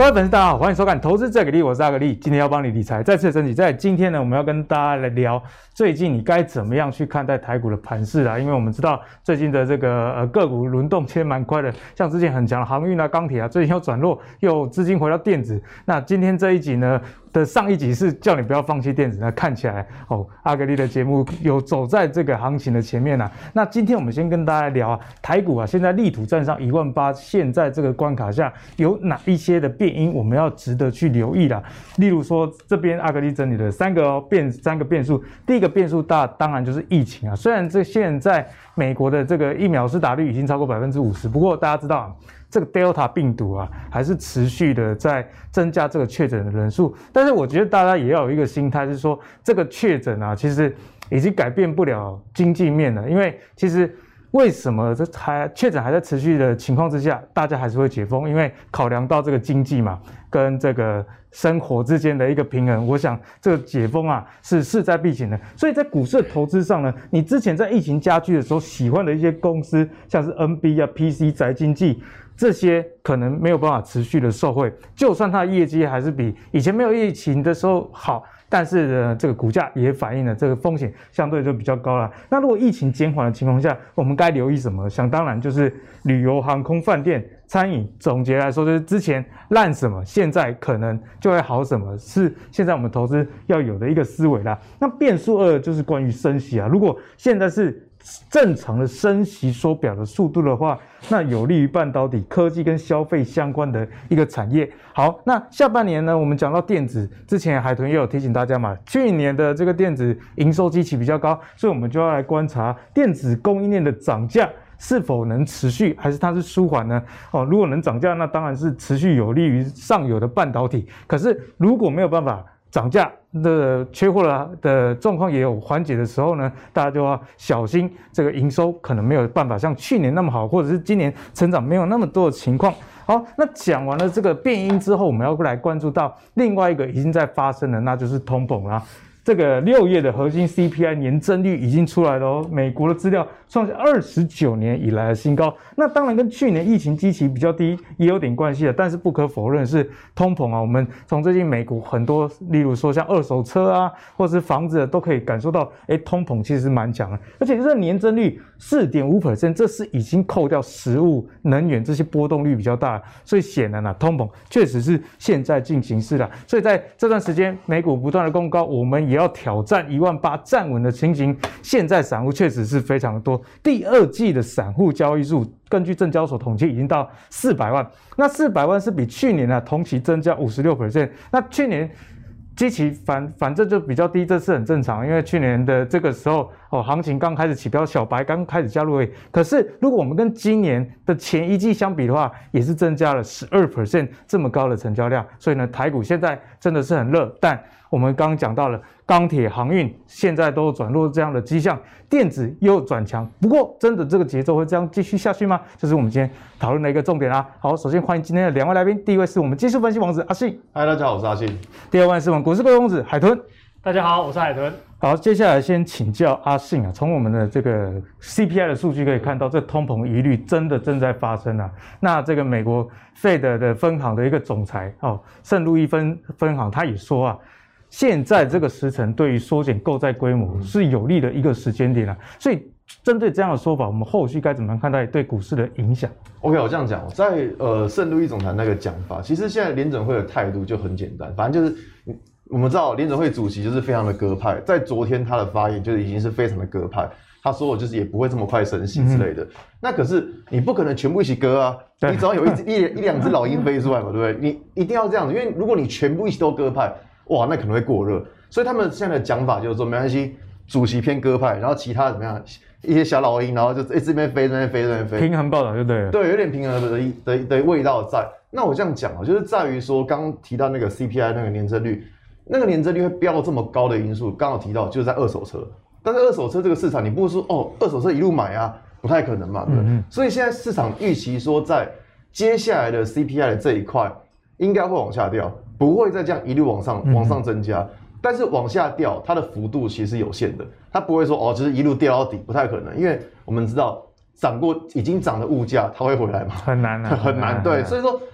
各位粉丝，大家好，欢迎收看《投资最给力》，我是阿格力，今天要帮你理财再次升级。在今天呢，我们要跟大家来聊最近你该怎么样去看待台股的盘势啦。因为我们知道最近的这个个股轮动其实蛮快的，像之前很强的航运啊、钢铁啊，最近又转弱，又资金回到电子。那今天这一集呢？的上一集是叫你不要放弃电子，那看起来阿格力的节目有走在这个行情的前面啊。那今天我们先跟大家聊啊，台股啊现在力图站上18000，现在这个关卡下有哪一些的变因我们要值得去留意啦？例如说这边阿格力整理了三个变数，第一个变数当然就是疫情啊。虽然现在美国的这个疫苗施打率已经超过50%，不过大家知道啊。这个 Delta 病毒啊，还是持续的在增加这个确诊的人数，但是我觉得大家也要有一个心态，是说这个确诊啊，其实已经改变不了经济面了，因为其实为什么这确诊还在持续的情况之下，大家还是会解封，因为考量到这个经济嘛，跟这个生活之间的一个平衡，我想这个解封啊是势在必行的。所以在股市的投资上呢，你之前在疫情加剧的时候喜欢的一些公司，像是 NB 啊、PC 宅经济。这些可能没有办法持续的受惠，就算它的业绩还是比以前没有疫情的时候好，但是呢，这个股价也反映了这个风险相对就比较高了。那如果疫情减缓的情况下，我们该留意什么？想当然就是旅游、航空、饭店、餐饮。总结来说，就是之前烂什么，现在可能就会好什么，是现在我们投资要有的一个思维啦。那变数二就是关于升息啊，如果现在是正常的升息缩表的速度的话，那有利于半导体、科技跟消费相关的一个产业。好，那下半年呢，我们讲到电子，之前海豚也有提醒大家嘛，去年的这个电子营收基期比较高，所以我们就要来观察电子供应链的涨价是否能持续，还是它是舒缓呢？如果能涨价，那当然是持续有利于上游的半导体。可是如果没有办法涨价的缺货的状况也有缓解的时候呢，大家就要小心这个营收可能没有办法像去年那么好，或者是今年成长没有那么多的情况。好，那讲完了这个变因之后，我们要来关注到另外一个已经在发生的，那就是通膨啦。这个6月的核心 CPI 年增率已经出来了哦，美国的资料创下29年以来的新高。那当然跟去年疫情基期比较低也有点关系的，但是不可否认是通膨啊。我们从最近美国很多，例如说像二手车啊，或是房子都可以感受到，通膨其实蛮强的，而且这个年增率 4.5%， 这是已经扣掉食物、能源这些波动率比较大，所以显然通膨确实是现在进行式了。所以在这段时间，美股不断的攻高，我们也要挑战18000站稳的情形。现在散户确实是非常多，第二季的散户交易数根据证交所统计已经到400万，那400万是比去年同期增加 56%。那去年基期反正就比较低，这是很正常，因为去年的这个时候行情刚开始起标，小白刚开始加入而已。可是如果我们跟今年的前一季相比的话，也是增加了 12% 这么高的成交量。所以呢，台股现在真的是很热，但我们刚刚讲到了钢铁、航运现在都转弱这样的迹象，电子又转强。不过，真的这个节奏会这样继续下去吗？这是我们今天讨论的一个重点啦。好，首先欢迎今天的两位来宾，第一位是我们技术分析王子阿信， 嗨，大家好，我是阿信。 第二位是我们股市贵公子海豚， 大家好，我是海豚。 好，接下来先请教阿信啊，从我们的这个 CPI 的数据可以看到，这通膨疑虑真的正在发生啊。那这个美国 Fed 的分行的一个总裁圣路易分行他也说啊，现在这个时程对于缩减购债规模是有利的一个时间点啊。所以针对这样的说法，我们后续该怎么看待对股市的影响 ？OK， 我这样讲，在圣路易总裁那个讲法，其实现在联准会的态度就很简单，反正就是我们知道联准会主席就是非常的鸽派，在昨天他的发言就已经是非常的鸽派，他说我就是也不会这么快升息之类的。那可是你不可能全部一起割啊，你只要有一两只老鹰飞出来嘛，对不对？你一定要这样子，因为如果你全部一起都鸽派，哇，那可能会过热。所以他们现在的讲法就是说，没关系，主席偏鸽派，然后其他怎么样？一些小老鹰，然后就这边飞，这边飞，这边飞， 平衡报道就对了。 对，有点平衡的味道在。那我这样讲就是在于说，刚刚提到那个 CPI 那个年增率，那个年增率会飙到这么高的因素，刚好提到就是在二手车。但是二手车这个市场，你不是说二手车一路买啊，不太可能嘛，对不对？所以现在市场预期说，在接下来的 CPI 的这一块，应该会往下掉，不会再这样一路往上增加。但是往下掉，它的幅度其实是有限的，它不会说就是一路掉到底，不太可能，因为我们知道已经涨的物价，它会回来吗？ 很难啊， 很难。对，所以说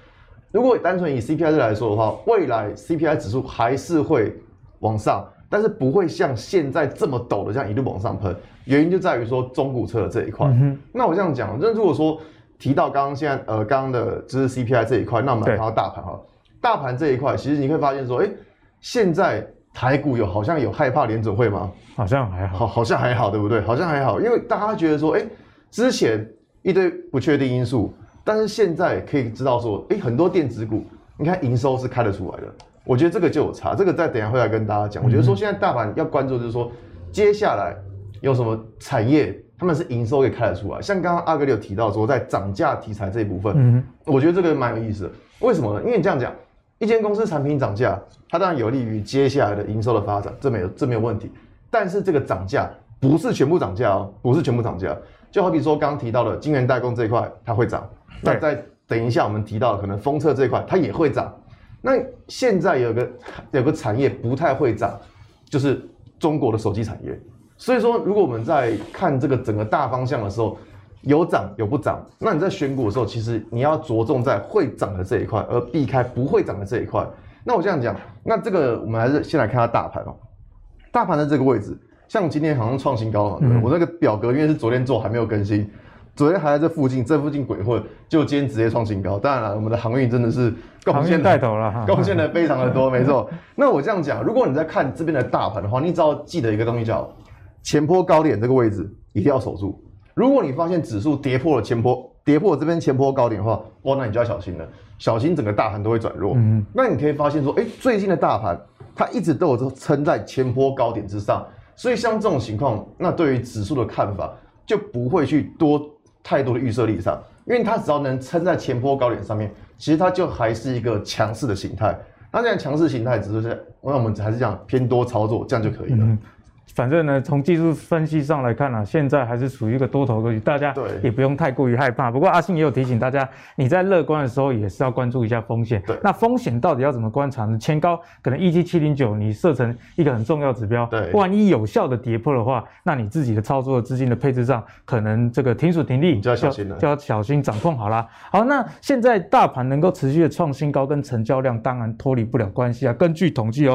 如果单纯以 CPI 来说的话，未来 CPI 指数还是会往上，但是不会像现在这么陡的这样一路往上喷。原因就在于说中古车的这一块。那我这样讲，那如果说提到刚刚的就是 CPI 这一块，那我们来看到大盘哈，大盘这一块，其实你会发现说，现在台股好像有害怕联准会吗？ 好像还好， 好像还好，对不对？好像还好，因为大家觉得说，之前一堆不确定因素。但是现在可以知道说，很多电子股，你看营收是开得出来的，我觉得这个就有差，这个再等一下会来跟大家讲。我觉得说现在大盘要关注就是说，接下来有什么产业他们是营收可以开得出来，像刚刚阿格里有提到说，在涨价题材这一部分，我觉得这个蛮有意思的。为什么呢？因为你这样讲，一间公司产品涨价，它当然有利于接下来的营收的发展，这没有问题。但是这个涨价不是全部涨价哦，不是全部涨价，就好比说刚刚提到的晶圆代工这一块，它会涨。那再等一下，我们提到的可能封测这一块，它也会涨。那现在有个产业不太会涨，就是中国的手机产业。所以说，如果我们在看这个整个大方向的时候，有涨有不涨，那你在选股的时候，其实你要着重在会涨的这一块，而避开不会涨的这一块。那我这样讲，那这个我们还是先来看它大盘哦。大盘的这个位置，像今天好像创新高了，我那个表格因为是昨天做还没有更新。昨天还在这附近鬼混，就今天直接创新高。当然了，我们的航运真的是贡献带头了， 贡献的非常的多，没错。那我这样讲，如果你在看这边的大盘的话，你只要记得一个东西叫前波高点这个位置一定要守住。如果你发现指数跌破这边前波高点的话，哇，那你就要小心了，小心整个大盘都会转弱。那你可以发现说，最近的大盘它一直都有撑在前波高点之上，所以像这种情况，那对于指数的看法就不会去太多的预设立场，因为它只要能撑在前波高点上面，其实它就还是一个强势的形态。那这样强势形态只是，那我们还是讲偏多操作，这样就可以了。 反正呢，从技术分析上来看现在还是属于一个多头格局，大家也不用太过于害怕。不过阿信也有提醒大家，你在乐观的时候也是要关注一下风险。那风险到底要怎么观察呢？前高可能17709，你设成一个很重要指标。万一有效的跌破的话，那你自己的操作资金的配置上，可能这个停损停利就要小心了， 就要小心掌控好啦。好，那现在大盘能够持续的创新高，跟成交量当然脱离不了关系啊。根据统计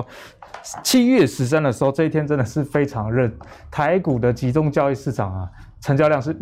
7月13的时候，这一天真的是非常热，台股的集中交易市场成交量是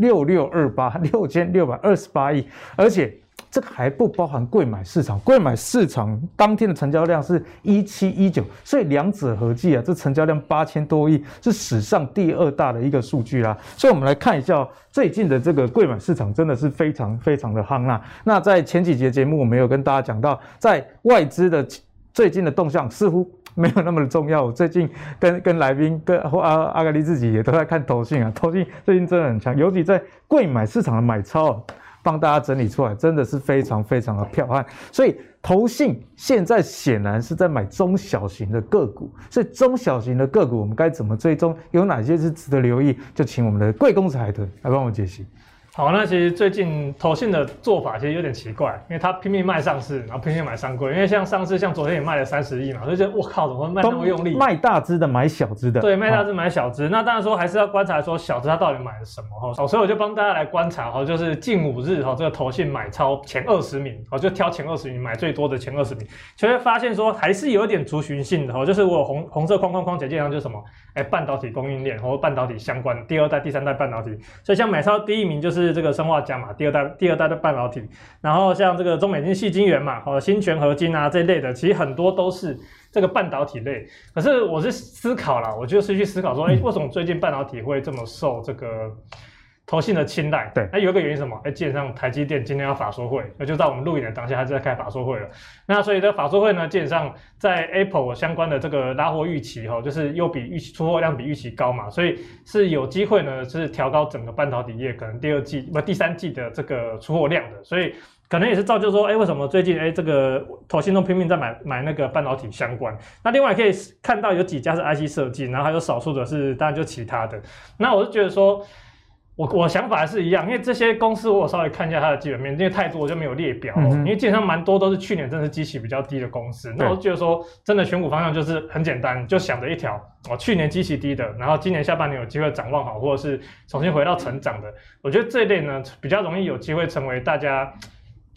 6628亿，而且这个还不包含柜买市场，柜买市场当天的成交量是1719，所以两者合计这成交量8000多亿，是史上第2大的一个数据啦。所以我们来看一下最近的这个柜买市场真的是非常非常的夯啦。那在前几节节目我们有跟大家讲到，在外资的最近的动向似乎没有那么的重要。我最近跟来宾跟阿格力自己也都在看投信投信最近真的很强，尤其在柜买市场的买超帮大家整理出来，真的是非常非常的彪悍。所以投信现在显然是在买中小型的个股，所以中小型的个股我们该怎么追踪？有哪些是值得留意？就请我们的贵公子海豚来帮我解析。 好，那其实最近投信的做法其实有点奇怪，因为他拼命卖上市，然后拼命买上柜。因为像上市，像昨天也卖了30亿嘛，就觉得我靠，怎么会卖那么用力？ 卖大只的买小只的， 对，卖大只买小只。那当然说还是要观察说小只他到底买了什么所以我就帮大家来观察就是近5日这个投信买超前20名就挑前20名买最多的前20名，就会发现说还是有一点族群性的就是我有红色框基本上就是什么半导体供应链或半导体相关第2代、第3代半导体。所以像买超第1名就是这个砷化镓嘛，第二代的半导体，然后像这个中美晶矽晶圆嘛，新泉合金这一类的，其实很多都是这个半导体类。可是我是思考啦，我就是去思考说，为什么最近半导体会这么受这个投信的青睐？ 对， 那有一个原因是什么？基本上台积电今天要法说会，那就在我们录影的当下，它就在开法说会了。那所以这法说会呢，基本上在 Apple 相关的这个拉货预期就是又比出货量比预期高嘛，所以是有机会呢，是调高整个半导体业可能第三季的这个出货量的，所以可能也是造就说，为什么最近这个投信都拼命在买那个半导体相关。那另外可以看到有几家是 IC 设计，然后还有少数的是当然就其他的。那我就觉得说。我想法还是一样，因为这些公司我有稍微看一下它的基本面，因为太多我就没有列表因为基本上蛮多都是去年真的是基期比较低的公司。那我就觉得说，真的选股方向就是很简单，就想着一条去年基期低的，然后今年下半年有机会展望好，或者是重新回到成长的。我觉得这一类呢比较容易有机会成为大家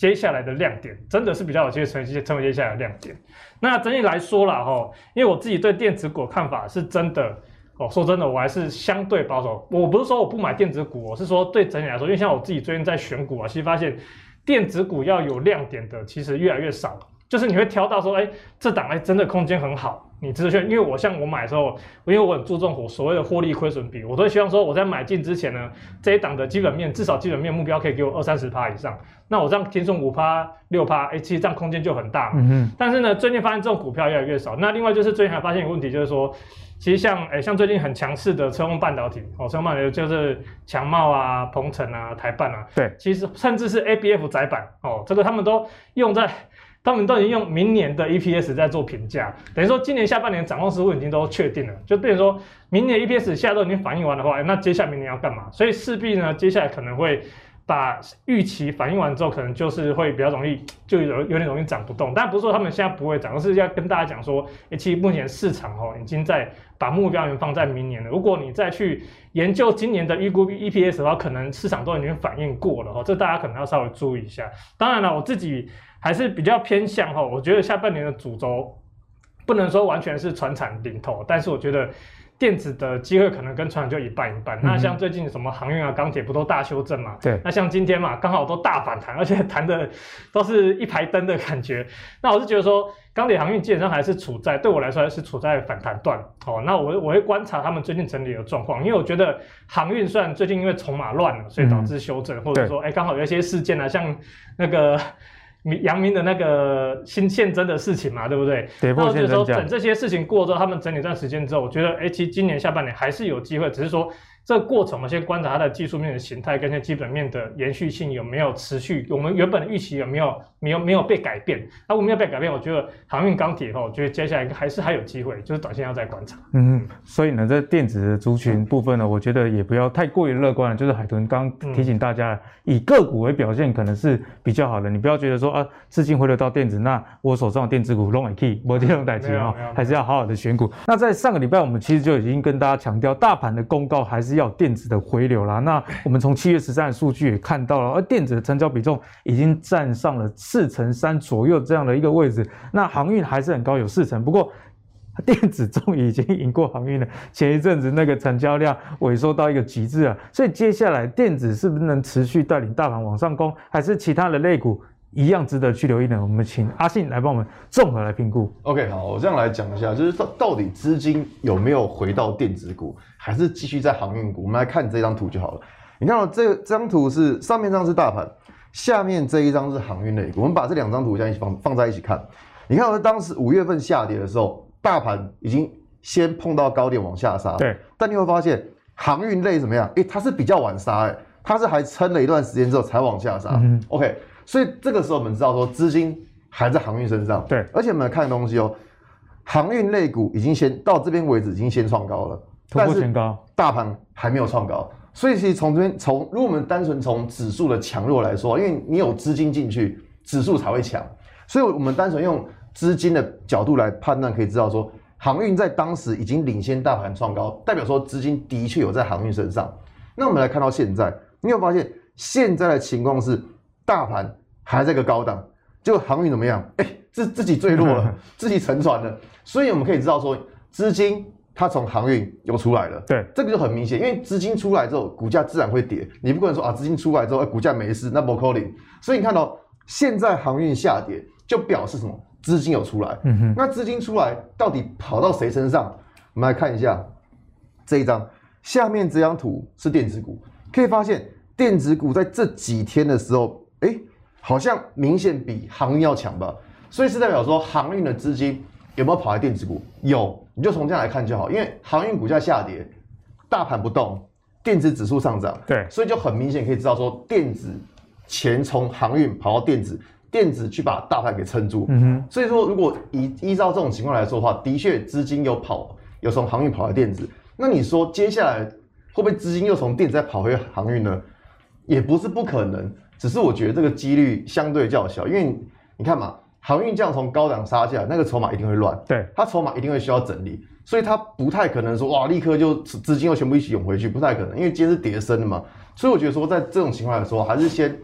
接下来的亮点，真的是比较有机会成为接下来的亮点。那整体来说啦，因为我自己对电子股的看法是真的。说真的，我还是相对保守。我不是说我不买电子股，我是说对整体来说，因为像我自己最近在选股啊，其实发现电子股要有亮点的，其实越来越少。就是你会挑到说，这档真的空间很好，你值得选。因为我买的时候，因为我很注重所谓的获利亏损比，我都会希望说我在买进之前呢，这一档的至少基本面目标可以给我20-30%以上。那我这样停损5%、6%，其实这样空间就很大嘛。但是呢，最近发现这种股票越来越少。那另外就是最近还发现一个问题，就是说，其实像最近很强势的车用半导体，车用半导体就是强茂啊、鹏程啊、台半啊， 对， 其实甚至是 ABF 载板这个他们都已经用明年的 EPS 在做评价，等于说今年下半年展望似乎已经都确定了，就变成说明年 EPS 现在都已经反映完的话，那接下来明年要干嘛？所以势必呢，接下来可能会把预期反映完之后，可能就是会比较容易，就有点容易涨不动。但不是说他们现在不会涨，而是要跟大家讲说，其实目前市场已经在把目标源放在明年了。如果你再去研究今年的预估 EPS 的话，可能市场都已经反映过了这大家可能要稍微注意一下。当然了，我自己还是比较偏向我觉得下半年的主轴不能说完全是传产领头，但是我觉得电子的机会可能跟传统就一半一半。那像最近什么航运啊、钢铁不都大修正嘛？ 对。 那像今天嘛，刚好都大反弹，而且弹的都是一排灯的感觉。那我是觉得说，钢铁航运基本上还是对我来说还是处在反弹段。那我会观察他们最近整理的状况，因为我觉得航运虽然最近因为筹码乱了，所以导致修正，或者说刚好有一些事件啊，像那个阳明的那个新现增的事情嘛，对不对？那我觉得说等这些事情过之后，他们整理一段时间之后，我觉得其实今年下半年还是有机会，只是说这个过程我们先观察它的技术面的形态跟基本面的延续性有没有持续，我们原本的预期有没有被改变？如果没有被改变，我觉得航运钢铁我觉得接下来还有机会，就是短线要再观察。 所以呢，这电子的族群部分呢，我觉得也不要太过于乐观了。就是海豚刚提醒大家，以个股为表现可能是比较好的，你不要觉得说资金回流到电子，那我手上的电子股拢会去，没这种代志还是要好好的选股。那在上个礼拜，我们其实就已经跟大家强调，大盘的公告还是要电子的回流啦。那我们从7月13的数据也看到了，而电子的成交比重已经占上了4成3左右这样的一个位置。那航运还是很高，有4成，不过电子终于已经赢过航运了。前一阵子那个成交量萎缩到一个极致啊，所以接下来电子是不是能持续带领大盘往上攻，还是其他的类股一样值得去留意呢？我们请阿信来帮我们综合来评估。 OK， 好，我这样来讲一下，就是到底资金有没有回到电子股，还是继续在航运股？我们来看这张图就好了。你看到这张图是上面这张是大盘，下面这一张是航运类股。我们把这2张图这样一起放在一起看，你看到当时5月份下跌的时候，大盘已经先碰到高点往下杀， 对， 但你会发现航运类怎么样？它是比较晚杀，它是还撑了一段时间之后才往下杀。OK， 所以这个时候我们知道说资金还在航运身上，对，而且我们看东西航运类股已经先到这边为止已经先创高了， 突破前高， 大盘还没有创高。所以其实从这边如果我们单纯从指数的强弱来说，因为你有资金进去，指数才会强，所以我们单纯用资金的角度来判断，可以知道说航运在当时已经领先大盘创高，代表说资金的确有在航运身上。那我们来看到现在，你有发现现在的情况是大盘还在一个高档，结果航运怎么样？自己坠落了，自己沉船了。所以我们可以知道说资金它从航运又出来了， 对， 这个就很明显，因为资金出来之后，股价自然会跌。你不可能说资金出来之后，股价没事，那不可能。所以你看到现在航运下跌，就表示什么？资金有出来。那资金出来到底跑到谁身上？我们来看一下这一张，下面这张图是电子股，可以发现电子股在这几天的时候，好像明显比航运要强吧？所以是代表说航运的资金有没有跑来电子股？有，你就从这样来看就好。因为航运股价下跌，大盘不动，电子指数上涨， 对， 所以就很明显可以知道说，电子钱从航运跑到电子，电子去把大盘给撑住。所以说如果依照这种情况来说的话，的确资金有从航运跑来电子。那你说接下来会不会资金又从电子再跑回航运呢？也不是不可能，只是我觉得这个几率相对较小，因为你看嘛。航运这样从高档杀下来，那个筹码一定会乱， 对， 它筹码一定会需要整理，所以它不太可能说哇立刻就资金又全部一起涌回去，不太可能，因为今天是跌升的嘛，所以我觉得说在这种情况来说，还是先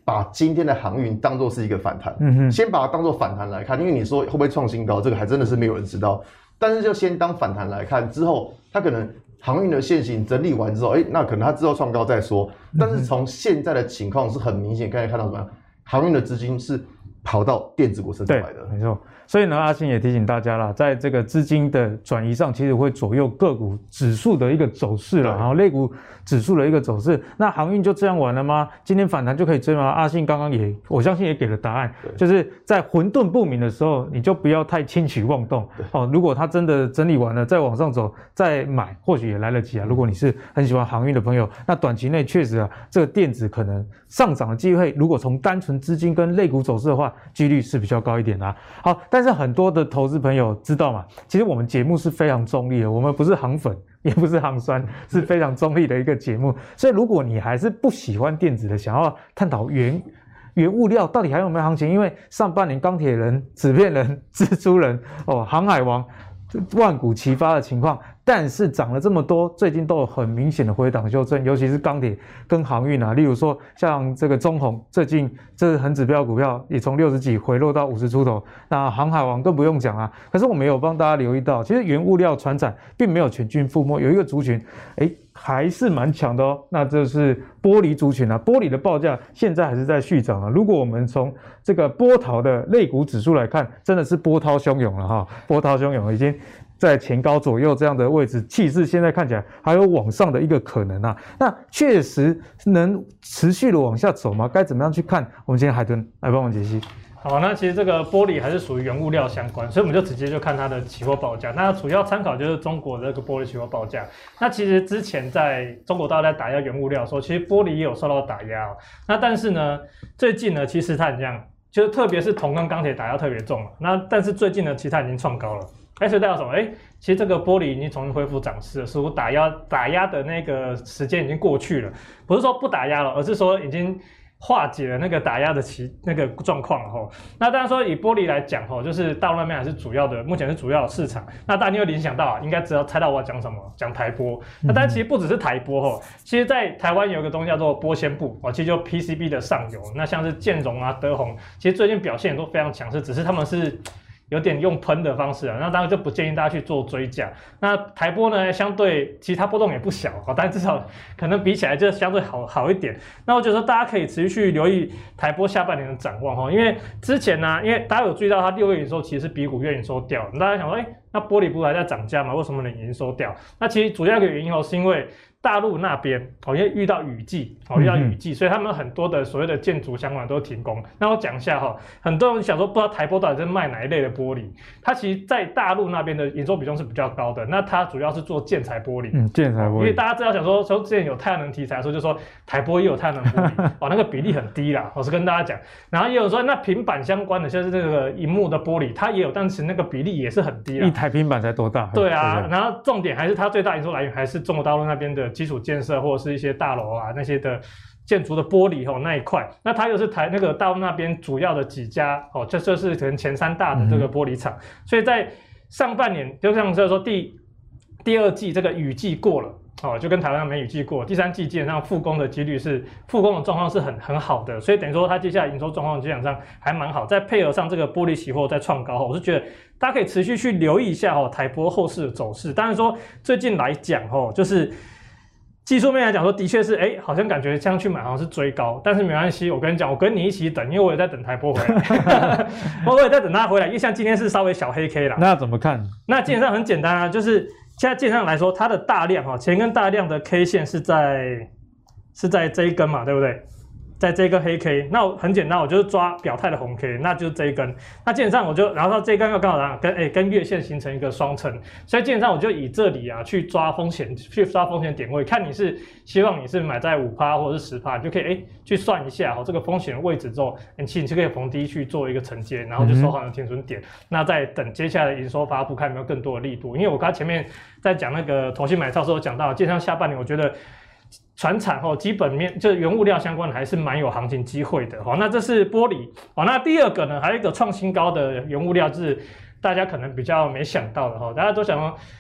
把今天的航运当作是一个反弹，先把它当作反弹来看，因为你说会不会创新高，这个还真的是没有人知道。但是就先当反弹来看，之后它可能航运的线型整理完之后，那可能它之后创高再说。但是从现在的情况是很明显，刚才看到什么样，航运的资金是跑到电子股身上来的， 没错。所以呢，阿信也提醒大家啦，在这个资金的转移上，其实会左右个股指数的一个走势了，然后类股指数的一个走势。那航运就这样玩了吗？今天反弹就可以追吗？阿信刚刚我相信也给了答案，就是在混沌不明的时候，你就不要太轻举妄动。如果它真的整理完了，再往上走，再买，或许也来得及啊。如果你是很喜欢航运的朋友，那短期内确实啊，这个电子可能上涨的机会，如果从单纯资金跟类股走势的话，几率是比较高一点的啊。好，但是很多的投资朋友知道嘛，其实我们节目是非常中立的，我们不是航粉，也不是航酸，是非常中立的一个节目。所以如果你还是不喜欢电子的，想要探讨原物料到底还有没有行情，因为上半年钢铁人、纸片人、蜘蛛人、航海王万股齐发的情况，但是涨了这么多，最近都有很明显的回档修正，尤其是钢铁跟航运啊，例如说像这个中鸿，最近这是很指标股票也从60几回落到50出头，那航海王更不用讲啊。可是我们有帮大家留意到，其实原物料传产并没有全军覆没，有一个族群，还是蛮强的哦。那这是玻璃族群啊，玻璃的报价现在还是在续涨啊。如果我们从这个波涛的类股指数来看，真的是波涛汹涌了哈，波涛汹涌已经在前高左右这样的位置，气势现在看起来还有往上的一个可能啊。那确实能持续的往下走吗？该怎么样去看？我们今天海豚来帮我们解析。 好，那其实这个玻璃还是属于原物料相关，所以我们就直接就看它的期货报价。那主要参考就是中国的这个玻璃期货报价。那其实之前在中国大陆在打压原物料的时候，其实玻璃也有受到打压。那但是呢，最近呢，其实它很像，就是特别是铜跟钢铁打压特别重了。那但是最近呢，其实它已经创高了。所以代表什么？其实这个玻璃已经重新恢复涨势了，似乎打压的那个时间已经过去了，不是说不打压了，而是说已经化解了那个打压的那个状况齁。那当然说以玻璃来讲齁，就是大陆那边还是目前是主要的市场。那大家有联想到应该猜到我要讲什么，讲台玻。那但其实不只是台玻齁，其实在台湾有一个东西叫做玻纤布其实就 PCB 的上游。那像是建荣啊、德宏，其实最近表现也都非常强势，只是他们是有点用喷的方式啊，那当然就不建议大家去做追价。那台玻呢，相对其实它波动也不小但至少可能比起来就相对好一点。那我觉得说大家可以持续去留意台玻下半年的展望因为之前呢，因为大家有注意到它6月营收其实是比5月营收掉了，大家想说，那玻璃不是还在涨价吗？为什么能营收掉？那其实主要一个原因是因为大陆那边因为遇到雨季所以他们很多的所谓的建筑相关都停工。那我讲一下很多人想说不知道台玻到底是卖哪一类的玻璃，它其实在大陆那边的营收比重是比较高的。那它主要是做建材玻璃， 建材玻璃，因为大家知道想说之前有太阳能题材的时候，就说台玻也有太阳能玻璃那个比例很低啦，我是跟大家讲。然后也有说那平板相关的，就是这个萤幕的玻璃，它也有，但是那个比例也是很低啦。 一台平板才多大？ 对啊，然后重点还是它最大营收来源还是中国大陆那边的基础建设或者是一些大楼啊那些的建筑的玻璃那一块。那它又是那个大陆那边主要的几家这是可能前3大的这个玻璃厂。所以在上半年就像是说第二季这个雨季过了就跟台湾梅雨季过，第3季基本上复工的状况是很好的，所以等于说它接下来营收状况基本上还蛮好。再配合上这个玻璃期货在创高我是觉得大家可以持续去留意一下台玻后市的走势。当然说最近来讲就是技术面来讲说的确是好像感觉这样去买好像是追高，但是没关系，我跟你讲，我跟你一起等，因为我也在等台玻回来我也在等它回来，因为像今天是稍微小黑 K 啦。 那怎么看？ 那基本上很简单啊，就是现在基本上来说它的大量前根大量的 K 线是在这一根嘛，对不对？在这一根黑 K， 那我很简单，我就是抓表态的红 K， 那就是这一根。那基本上然后到这一根又刚好跟月线形成一个双撑，所以基本上我就以这里去抓风险点位，看你是希望你是买在5%或者是10%，你就可以去算一下这个风险的位置之后，你就可以逢低去做一个承接，然后就收好你的停损点。那再等接下来的营收发布，看有没有更多的力度。因为我刚才前面在讲那个投信买超的时候讲到，基本上下半年我觉得传产基本面就是原物料相关的还是蛮有行情机会的那这是玻璃那第二个呢，还有一个创新高的原物料，就是大家可能比较没想到的大家都想说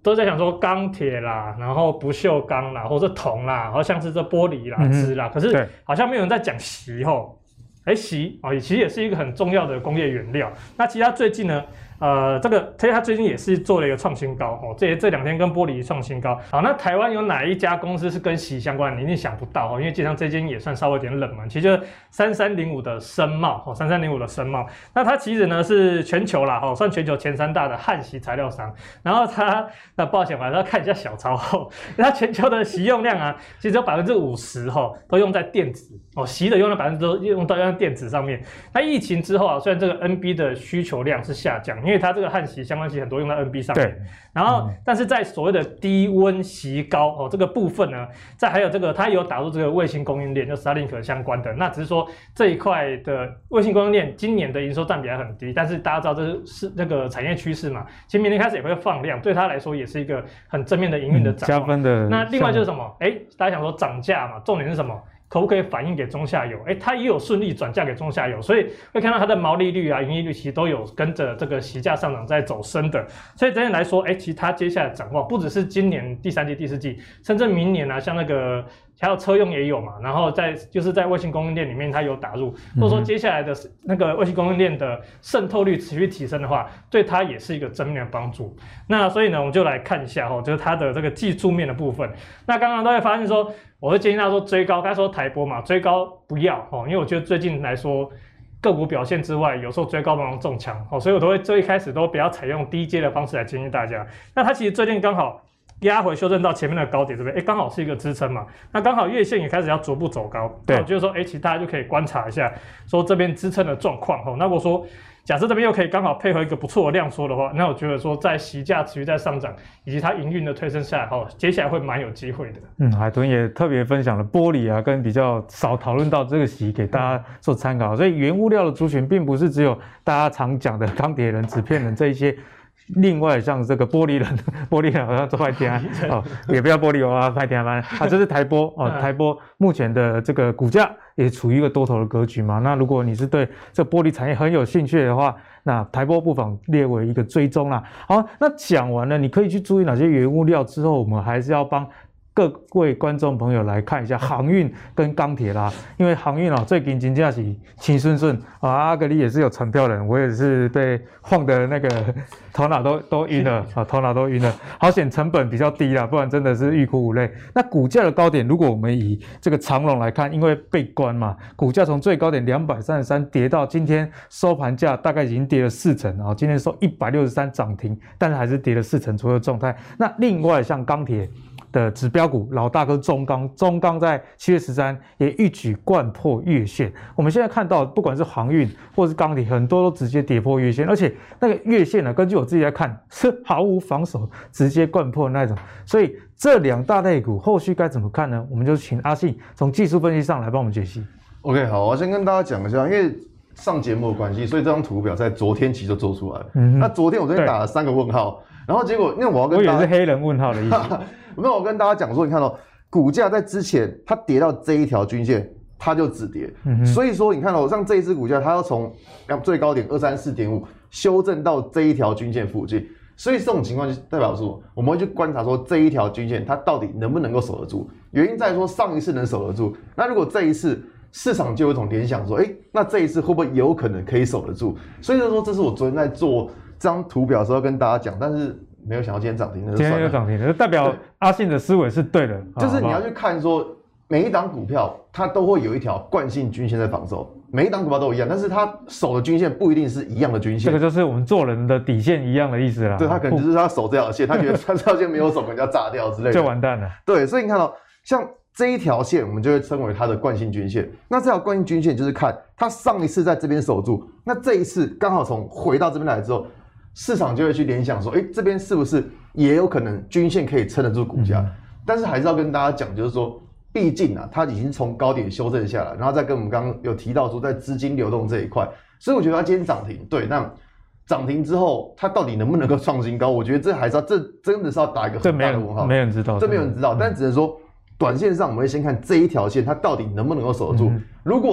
都在想说钢铁啦，然后不锈钢啦，或者铜啦，然后像是这玻璃啦、纸啦，可是好像没有人在讲锡吼。锡其实也是一个很重要的工业原料。那其实它最近呢，它最近也是做了一个创新高哦，这2天跟玻璃创新高。好，那台湾有哪一家公司是跟锡相关的？你一定想不到哦，因为基本上这间也算稍微有点冷门。其实就是3305的深茂哦，3305的深茂。那它其实呢是全球啦，算全球前3大的焊锡材料商。然后抱歉，我还是要看一下小抄哦，它全球的锡用量啊，其实有50%都用在电子哦，锡的用量50%都用到电子上面。那疫情之后啊，虽然这个 NB 的需求量是下降，因为它这个焊锡相关锡很多用在 NB 上面，然后但是在所谓的低温锡膏哦这个部分呢，还有这个它有打入这个卫星供应链，就 Starlink 相关的，那只是说这一块的卫星供应链今年的营收占比还很低，但是大家知道这是那个产业趋势嘛，其实明年开始也会放量，对它来说也是一个很正面的营运的展望， 加分的。 那另外就是什么？大家想说涨价嘛，重点是什么？可不可以反映给中下游？它也有顺利转嫁给中下游，所以会看到它的毛利率啊、盈利率其实都有跟着这个锡价上涨在走升的。所以这样来说，其实它接下来展望不只是今年第3季、第4季，甚至明年啊，像那个还有车用也有嘛，然后就是在卫星供应链里面它有打入，或者说接下来的那个卫星供应链的渗透率持续提升的话，对它也是一个正面的帮助。那所以呢，我们就来看一下就是它的这个技术面的部分。那刚刚都会发现说，我会建议大家说追高，刚才说台波嘛，追高不要因为我觉得最近来说个股表现之外，有时候追高往往中枪所以我都会最一开始都不要采用低阶的方式来建议大家。那它其实最近刚好压回修正到前面的高点这边，刚好是一个支撑嘛。那刚好月线也开始要逐步走高，对，我觉得说，其实大家就可以观察一下，说这边支撑的状况那我说，假设这边又可以刚好配合一个不错的量缩的话，那我觉得说，在锡价持续在上涨，以及它营运的推升下来接下来会蛮有机会的。海豚也特别分享了玻璃啊，跟比较少讨论到这个锡给大家做参考。所以原物料的族群并不是只有大家常讲的钢铁人、纸片人这一些。另外像这个玻璃人好像做快点也不要玻璃快点这是台波台波目前的这个股价也处于一个多头的格局嘛。那如果你是对这玻璃产业很有兴趣的话，那台波不妨列为一个追踪啦。好，那讲完了，你可以去注意哪些原物料之后，我们还是要帮各位观众朋友来看一下航运跟钢铁啦，因为航运最近真的是轻顺顺阿格力也是有船票人，我也是被晃的那个头脑都晕了头脑都晕了，好险成本比较低啦，不然真的是欲哭无泪。那股价的高点，如果我们以这个长荣来看，因为被关嘛，股价从最高点233跌到今天收盘价大概已经跌了40%今天收163涨停，但是还是跌了40%左右的状态。那另外像钢铁的指标股老大哥中钢在7月13也一举掼破月线。我们现在看到不管是航运或是钢铁，很多都直接跌破月线，而且那个月线呢，根据我自己来看是毫无防守，直接掼破那种。所以这2大类股后续该怎么看呢？我们就请阿信从技术分析上来帮我们解析。 OK， 好，我先跟大家讲一下，因为上节目的关系，所以这张图表在昨天其实就做出来了。那昨天我这边打了3个问号，然后结果因为我要跟大家， 我以为是黑人问号的意思。 没有，我跟大家讲说，你看股价在之前它跌到这一条均线，它就止跌。所以说你看像这一只股价，它要从最高点234.5修正到这一条均线附近。所以这种情况就代表说，我们会去观察说这一条均线它到底能不能够守得住。原因在说上一次能守得住，那如果这一次市场就有一种联想说，那这一次会不会有可能可以守得住？所以就说这是我昨天在做这张图表的时候跟大家讲，但是没有想到今天涨停，那就算了。今天又涨停了，代表阿信的思维是对的。 就是你要去看说，每一档股票它都会有一条惯性均线在防守，每一档股票都一样，但是它守的均线不一定是一样的均线。 这个就是我们做人的底线一样的意思啦。 对，他可能就是他守这条线，他觉得他这条线没有守，可能要炸掉之类的， 就完蛋了。 对，所以你看像这一条线，我们就会称为它的惯性均线。那这条惯性均线就是看它上一次在这边守住，那这一次刚好从回到这边来之后，市场就会去联想说，这边是不是也有可能均线可以撑得住股价？但是还是要跟大家讲，就是说，毕竟它已经从高点修正下来，然后再跟我们刚刚有提到说，在资金流动这一块，所以我觉得它今天涨停，对，那涨停之后，它到底能不能够创新高？我觉得这还是要，这真的是要打一个很大的问号。 没人知道， 这没有人知道，但只能说，短线上我们会先看这一条线，它到底能不能够守得住。如果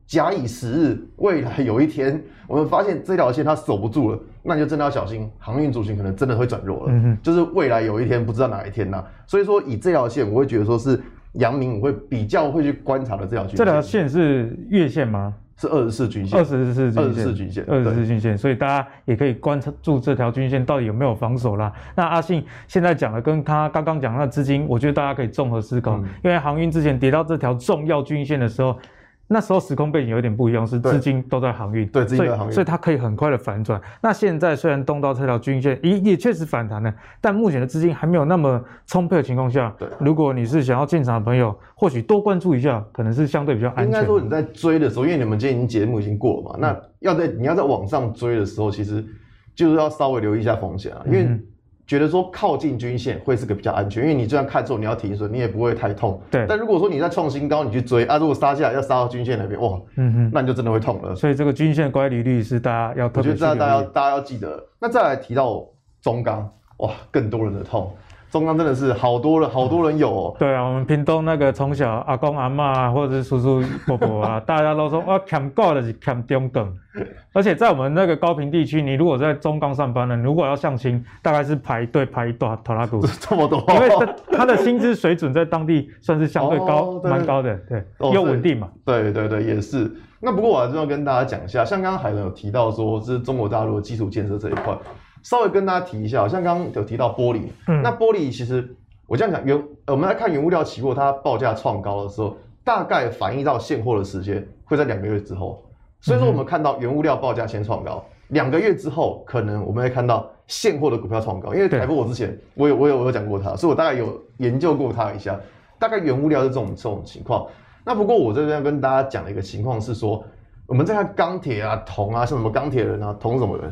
假以时日，未来有一天我们发现这条线它守不住了，那你就真的要小心，航运族群可能真的会转弱了。就是未来有一天不知道哪一天呐。所以说以这条线，我会觉得说是阳明我会比较会去观察的这条均线。 这条线是月线吗？ 是24均线，24均线 ，24均线，所以大家也可以关注这条均线到底有没有防守啦。那阿信现在讲的跟他刚刚讲的资金，我觉得大家可以综合思考，因为航运之前跌到这条重要均线的时候。那时候时空背景有点不一样，是资金都在航运， 对，资金在航运， 所以它可以很快的反转。那现在虽然动到这条均线，也确实反弹了，但目前的资金还没有那么充沛的情况下，对，如果你是想要进场的朋友，或许多关注一下，可能是相对比较安全。 应该说你在追的时候，因为你们今天节目已经过了嘛，那你要在往上追的时候，其实就是要稍微留意一下风险啊，因为。觉得说靠近均线会是个比较安全，因为你就算看错你要停损，你也不会太痛。 对。 但如果说你在创新高，你去追啊，如果杀下来要杀到均线那边，哇，那你就真的会痛了。 所以这个均线乖离率是大家要特别去留意。 我觉得大家要记得。那再来提到中钢，哇，更多人的痛。中钢真的是好多人有哦。 对啊，我们屏东那个从小阿公阿嬷或者是叔叔伯伯啊，大家都说哇，欠够的是欠中钢。而且在我们那个高屏地区，你如果在中钢上班呢，如果要相亲，大概是排队排一段拖拉股， 这么多， 因为他的薪资水准在当地算是相对高，蛮高的，对，又稳定嘛。 对，也是。那不过我还是要跟大家讲一下，像刚刚海伦有提到说，这是中国大陆的基础建设这一块。稍微跟大家提一下，像刚刚有提到玻璃，那玻璃其实我这样讲，我们来看原物料期货，它报价创高的时候，大概反映到现货的时间会在2个月之后。所以说我们看到原物料报价先创高，2个月之后，可能我们会看到现货的股票创高。因为台博我之前我有讲过它，所以我大概有研究过它一下，大概原物料是这种情况。那不过我这边跟大家讲的一个情况是说，我们在看钢铁啊、铜啊，像什么钢铁人啊、铜什么人，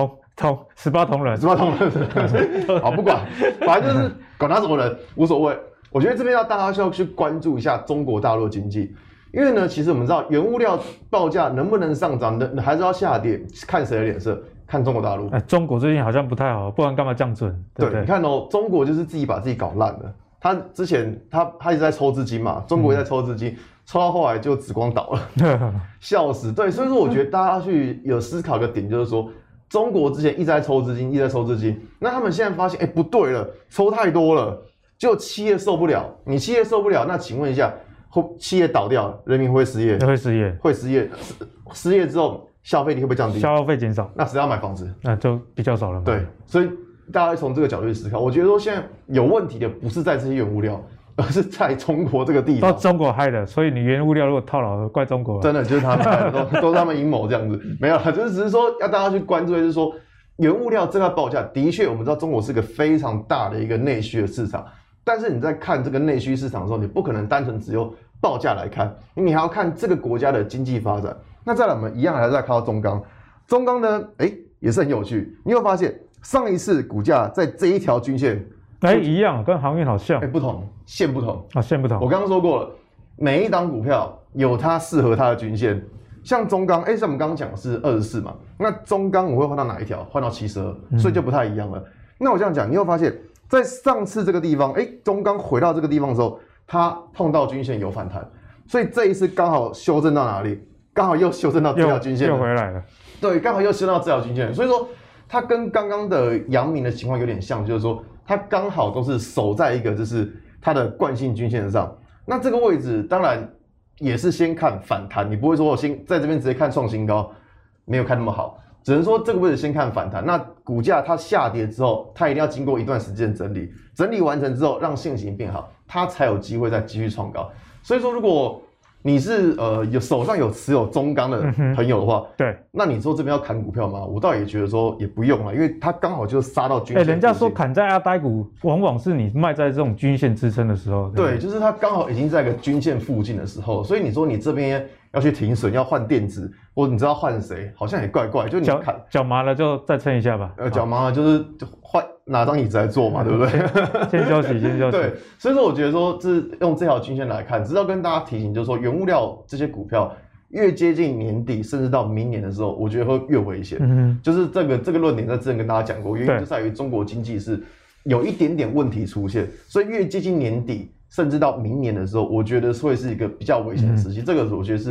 18铜人 ，18铜人，好不管，反正就是管他什么人无所谓。我觉得这边大家需要去关注一下中国大陆经济，因为呢，其实我们知道原物料报价能不能上涨，还是要下跌，看谁的脸色，看中国大陆。 中国最近好像不太好，不然干嘛降准？对， 你看哦，中国就是自己把自己搞烂了。他之前他一直在抽资金嘛，中国也在抽资金，抽到后来就紫光倒了，笑死。对，所以说我觉得大家要去有思考一个点，就是说。中国之前一直在抽资金，那他们现在发现，不对了，抽太多了，就企业受不了。你企业受不了，那请问一下，企业倒掉，人民会失业？会失业，失业之后消费力会不会降低？ 消费减少， 那谁要买房子？ 那就比较少了嘛。 对，所以大家从这个角度去思考，我觉得说现在有问题的不是在这些原物料。而是在中国这个地方， 都中国害的，所以你原物料如果套牢了，怪中国。 真的就是他们害的，都是他们阴谋这样子。没有，就是只是说要大家去关注的是说，原物料这个报价的确，我们知道中国是个非常大的一个内需的市场，但是你在看这个内需市场的时候，你不可能单纯只有报价来看，你还要看这个国家的经济发展。那再来，我们一样还是在看到中钢，中钢呢，也是很有趣，你会发现上一次股价在这一条均线。 一样，跟航运好像。 不同，线不同啊，线不同。 我刚刚说过了，每一档股票有它适合它的均线。像中钢，像我们刚刚讲的是24嘛，那中钢我会换到哪一条？换到72，所以就不太一样了。那我这样讲，你会发现在上次这个地方，中钢回到这个地方的时候，它碰到均线有反弹，所以这一次刚好修正到哪里？刚好又修正到这条均线又回来了。 对，刚好又修正到这条均线，所以说它跟刚刚的阳明的情况有点像，就是说。它刚好都是守在一个就是它的惯性均线上，那这个位置当然也是先看反弹，你不会说我先在这边直接看创新高，没有看那么好，只能说这个位置先看反弹。那股价它下跌之后，它一定要经过一段时间整理，整理完成之后让线型变好，它才有机会再继续创高。所以说，如果你是手上有持有中钢的朋友的话， 对， 那你说这边要砍股票吗？我倒也觉得说也不用了，因为它刚好就杀到均线。 人家说砍在阿呆股，往往是你卖在这种均线支撑的时候。 对，就是它刚好已经在一个均线附近的时候，所以你说你这边要去停损，要换电子，或者你知道换谁，好像也怪怪。就你脚麻了就再撑一下吧。 脚麻了就换拿张椅子来坐嘛，对不对？ 先休息，先休息。 对，所以说我觉得说是用这条均线来看，只是要跟大家提醒，就是说原物料这些股票越接近年底，甚至到明年的时候，我觉得会越危险。就是这个论点在之前跟大家讲过，原因就在于中国经济是有一点点问题出现，所以越接近年底，甚至到明年的时候，我觉得会是一个比较危险的时期。这个我觉得是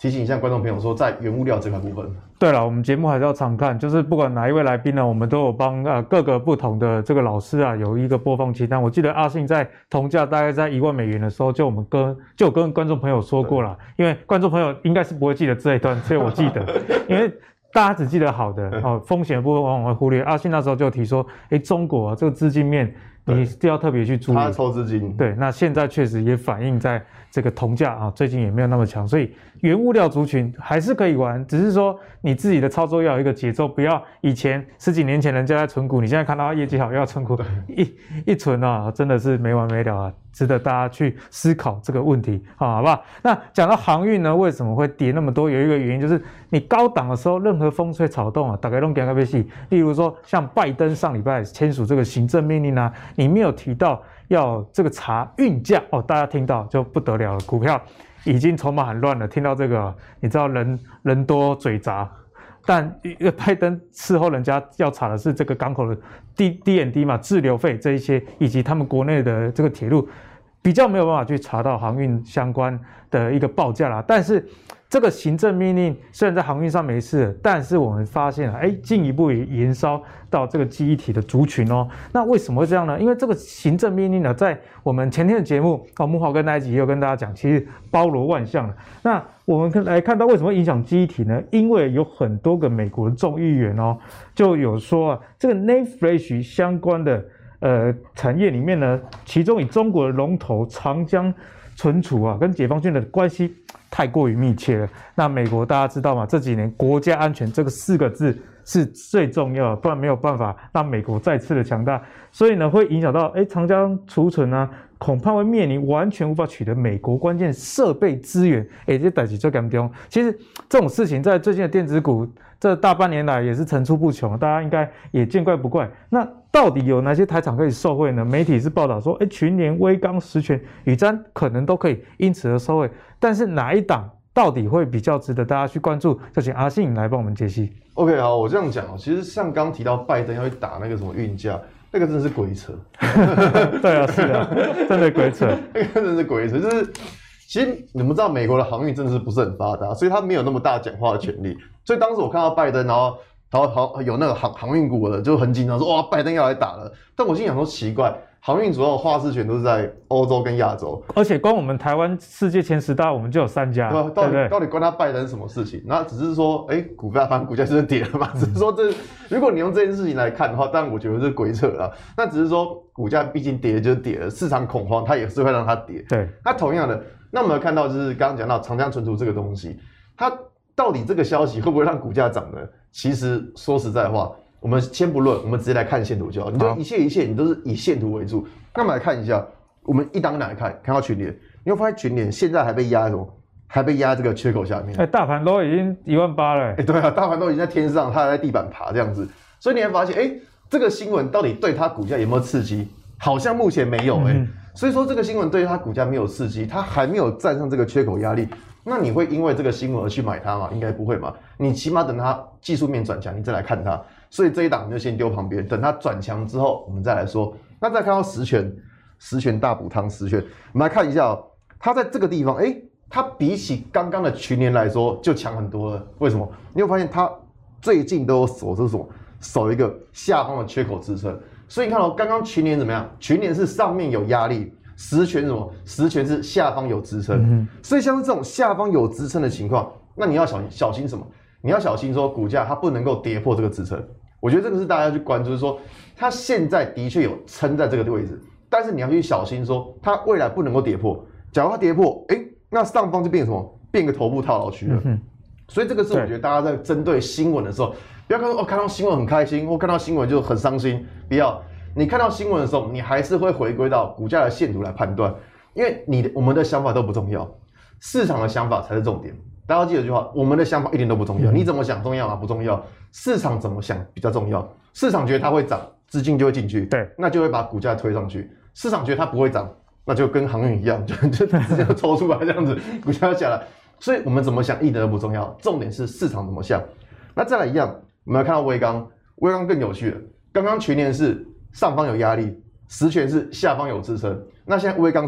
提醒一下观众朋友说，在原物料这块部分。 对了，我们节目还是要常看，就是不管哪一位来宾呢，我们都有帮各个不同的这个老师啊有一个播放清单。我记得阿信在同价大概在$10,000的时候，就有跟观众朋友说过了，因为观众朋友应该是不会记得这一段，所以我记得，因为大家只记得好的哦，风险的部分往往会忽略。阿信那时候就提说，中国啊这个资金面你要特别去注意， 他抽资金。 对，那现在确实也反映在这个铜价啊，最近也没有那么强，所以原物料族群还是可以玩，只是说你自己的操作要有一个节奏，不要以前10几年前人家在存股，你现在看到业绩好又要存股，一存啊，真的是没完没了啊，值得大家去思考这个问题，好不好？那讲到航运呢，为什么会跌那么多？有一个原因就是你高档的时候，任何风吹草动啊，大概都给它被洗。例如说，像拜登上礼拜签署这个行政命令啊，里面有提到要这个查运价哦，大家听到就不得了了，股票已经筹码很乱了。听到这个，你知道人多嘴杂，但拜登事后人家要查的是这个港口的 D&D 嘛，滞留费这一些，以及他们国内的这个铁路，比较没有办法去查到航运相关的一个报价啦。但是这个行政命令虽然在航运上没事，但是我们发现进一步也延烧到这个记忆体的族群哦。那为什么会这样呢？因为这个行政命令呢，在我们前天的节目木华哥那一集也有跟大家讲，其实包罗万象了。那我们来看到为什么会影响记忆体呢？因为有很多个美国的众议员哦，就有说这个 NAND Flash 相关的产业里面呢，其中以中国的龙头长江存储啊，跟解放军的关系太过于密切了。那美国大家知道吗？这几年国家安全这个4个字是最重要的，不然没有办法让美国再次的强大。所以呢，会影响到长江储存啊，恐怕会面临完全无法取得美国关键设备资源。这代志最严重。其实这种事情在最近的电子股这大半年来也是层出不穷，大家应该也见怪不怪。那到底有哪些台厂可以受惠呢？媒体是报道说，群联、威刚、十铨、宇瞻可能都可以因此而受惠，但是哪一档到底会比较值得大家去关注？就请阿信来帮我们解析。 OK， 好，我这样讲其实像刚提到拜登要去打那个什么运价，那个真的是鬼扯。 对啊，是啊，真的鬼扯。 那个真的是鬼扯，就是其实你们知道美国的航运真的是不是很发达，所以他没有那么大讲话的权利。所以当时我看到拜登，然后有那个航运股的就很紧张，说哇拜登要来打了。但我心想说奇怪，航运主要的话事权都是在欧洲跟亚洲， 而且光我们台湾世界前10大，我们就有3家， 对，到底关他拜登什么事情？那只是说，反正股价就是跌了嘛。只是说如果你用这件事情来看的话，当然我觉得是鬼扯啦。那只是说股价毕竟跌就跌了，市场恐慌它也是会让它跌。 对， 那同样的，那我们看到就是刚刚讲到长江存储这个东西，它到底这个消息会不会让股价涨呢？其实说实在话，我们先不论，我们直接来看线图就好。你就一切你都是以线图为主。那我们来看一下，我们一档哪来看到群联，你会发现群联现在还被压什么？还被压这个缺口下面。 大盘都已经18000了。 对啊，大盘都已经在天上，它还在地板爬这样子。所以你会发现，这个新闻到底对它股价有没有刺激？好像目前没有所以说这个新闻对它股价没有刺激，它还没有站上这个缺口压力。那你会因为这个新闻而去买它吗？应该不会嘛。你起码等它技术面转强，你再来看它。所以这一档你就先丢旁边，等它转强之后，我们再来说。那再看到十铨大补汤，十铨，我们来看一下它在这个地方，它比起刚刚的群联来说就强很多了。为什么？你会发现它最近都有守一个下方的缺口支撑。所以你看刚刚群联怎么样？群联是上面有压力。十铨什么？十铨是下方有支撑，所以像是这种下方有支撑的情况，那你要小心什么？你要小心说股价它不能够跌破这个支撑。我觉得这个是大家要去关注，就是说它现在的确有撑在这个位置，但是你要去小心说它未来不能够跌破。假如它跌破，那上方就变什么？变个头部套牢区了。所以这个是我觉得大家在针对新闻的时候，不要看到新闻很开心，或看到新闻就很伤心，不要。你看到新闻的时候，你还是会回归到股价的线图来判断，因为我们的想法都不重要，市场的想法才是重点。大家要记得这句话，我们的想法一点都不重要，你怎么想重要吗？不重要，市场怎么想比较重要。市场觉得它会涨，资金就会进去，对，那就会把股价推上去。市场觉得它不会涨，那就跟航运一样，就直接抽出来这样子，股价就下来。所以我们怎么想一点都不重要，重点是市场怎么想。那再来一样，我们来看到威刚更有趣了。刚刚群联是上方有压力，十铨是下方有支撑。那现在威刚什么？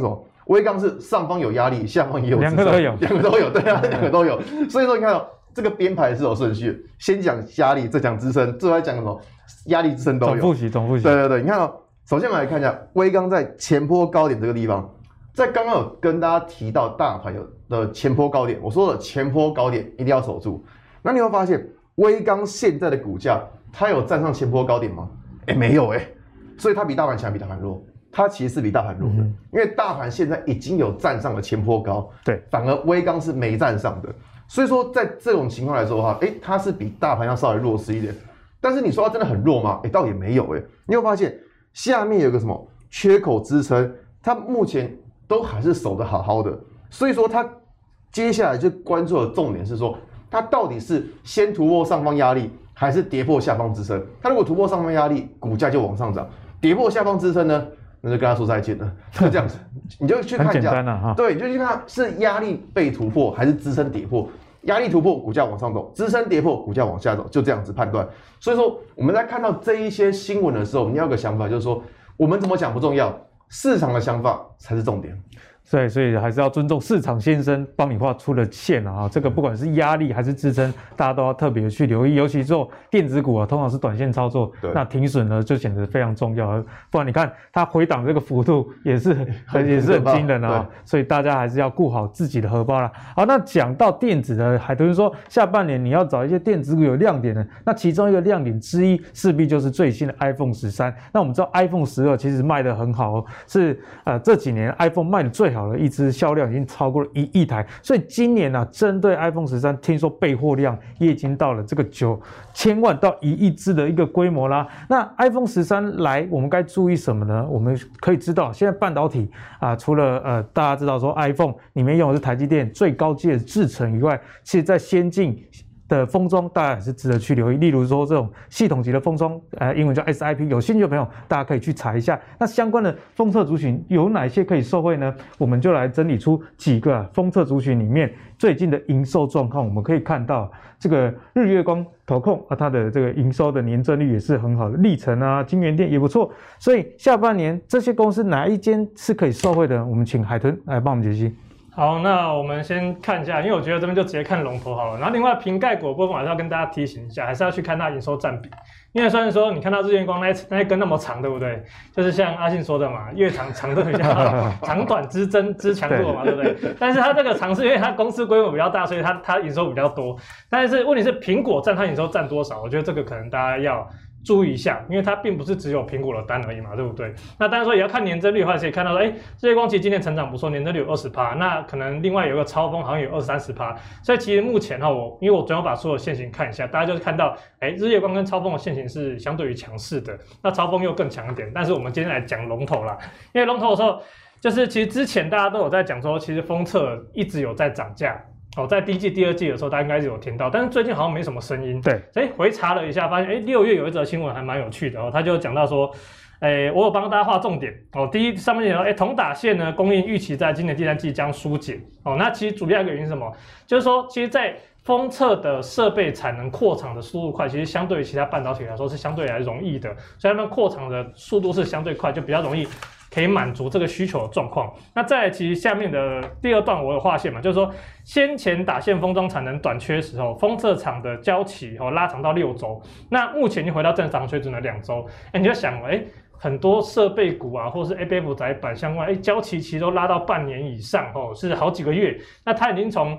威刚是上方有压力，下方也有支撑， 两个都有， 两个都有，对啊，两个都有。所以说你看哦，这个编排是有顺序，先讲压力，再讲支撑，最后再讲什么压力支撑都有。 总复习。 对对对，你看哦，首先我们来看一下威刚在前波高点这个地方，在刚刚有跟大家提到大盘有的前波高点，我说的前波高点一定要守住。那你会发现威刚现在的股价，它有站上前波高点吗？没有所以它比大盘强，比大盘弱。它其实是比大盘弱的，因为大盘现在已经有站上了前波高， 对， 反而威刚是没站上的。所以说在这种情况来说的话，它是比大盘要稍微弱势一点。但是你说它真的很弱吗？倒也没有你会发现下面有个什么缺口支撑，它目前都还是守得好好的。所以说它接下来就关注的重点是说，它到底是先突破上方压力，还是跌破下方支撑？它如果突破上方压力，股价就往上涨；跌破下方支撑呢，那就跟他说再见了，就这样子。你就去看一下， 很简单啊哈。 对，你就去看是压力被突破，还是支撑跌破。压力突破，股价往上走；支撑跌破，股价往下走，就这样子判断。所以说，我们在看到这一些新闻的时候，你要有个想法，就是说，我们怎么讲不重要，市场的想法才是重点。 对，所以还是要尊重市场先生帮你画出的线啊，这个不管是压力还是支撑，大家都要特别去留意。尤其做电子股啊，通常是短线操作，那停损呢就显得非常重要。不然你看它回档这个幅度也是很惊人啊，所以大家还是要顾好自己的荷包啦。好，那讲到电子的，海豚说下半年你要找一些电子股有亮点的，那其中一个亮点之一势必就是最新的 iPhone 13。那我们知道 iPhone 12其实卖得很好哦，是这几年 iPhone 卖的最好的一支，销量已经超过了1亿台，所以今年啊，针对 iPhone 13，听说备货量也已经到了这个9,000万到1亿支的一个规模啦。那 iPhone 13来，我们该注意什么呢？我们可以知道，现在半导体啊，除了大家知道说 iPhone 里面用的是台积电最高阶的制程以外，其实在先进的封装，大家也是值得去留意。例如说这种系统级的封装，英文叫 SIP， 有兴趣的朋友大家可以去查一下。那相关的封测族群有哪些可以受惠呢？我们就来整理出几个封测族群里面最近的营收状况。我们可以看到，这个日月光、投控啊，它的这个营收的年增率也是很好的，力成啊、金源店也不错。所以下半年这些公司哪一间是可以受惠的？我们请海豚来帮我们解析。 好，那我们先看一下，因为我觉得这边就直接看龙头好了。然后另外瓶盖股的部分还是要跟大家提醒一下，还是要去看它营收占比。因为虽然说你看到日月光那一根那么长，对不对？就是像阿信说的嘛，越长的比较好，长短之强弱嘛，对不对？但是它这个长是因为它公司规模比较大，所以它营收比较多。但是问题是苹果占它营收占多少？我觉得这个可能大家要注意一下，因为它并不是只有苹果的单而已嘛，对不对？那当然说也要看年增率的话，可以看到说，日月光其实今年成长不错，年增率有20%，那可能另外有个超丰好像有20-30%，所以其实目前哈，因为我昨天把所有线型看一下，大家就是看到，日月光跟超丰的线型是相对于强势的，那超丰又更强一点。但是我们今天来讲龙头啦，因为龙头的时候，就是其实之前大家都有在讲说，其实封测一直有在涨价。在第一季、第二季的时候，大家应该是有听到，但是最近好像没什么声音。 对， 回查了一下，发现6月有一则新闻还蛮有趣的他就讲到说，我有帮大家画重点第一上面讲同打线呢供应预期在今年第三季将疏解那其实主要一个原因是什么？就是说，其实在封测的设备产能扩厂的速度快，其实相对于其他半导体来说是相对来容易的，所以他们扩厂的速度是相对快，就比较容易可以满足这个需求的状况。那再来，其实下面的第二段我有划线嘛，就是说先前打线封装产能短缺时候，封测厂的交期拉长到6周，那目前已经回到正常水准的2周。你就想很多设备股啊，或是 ABF 载板相关，交期其实都拉到半年以上是好几个月。那它已经从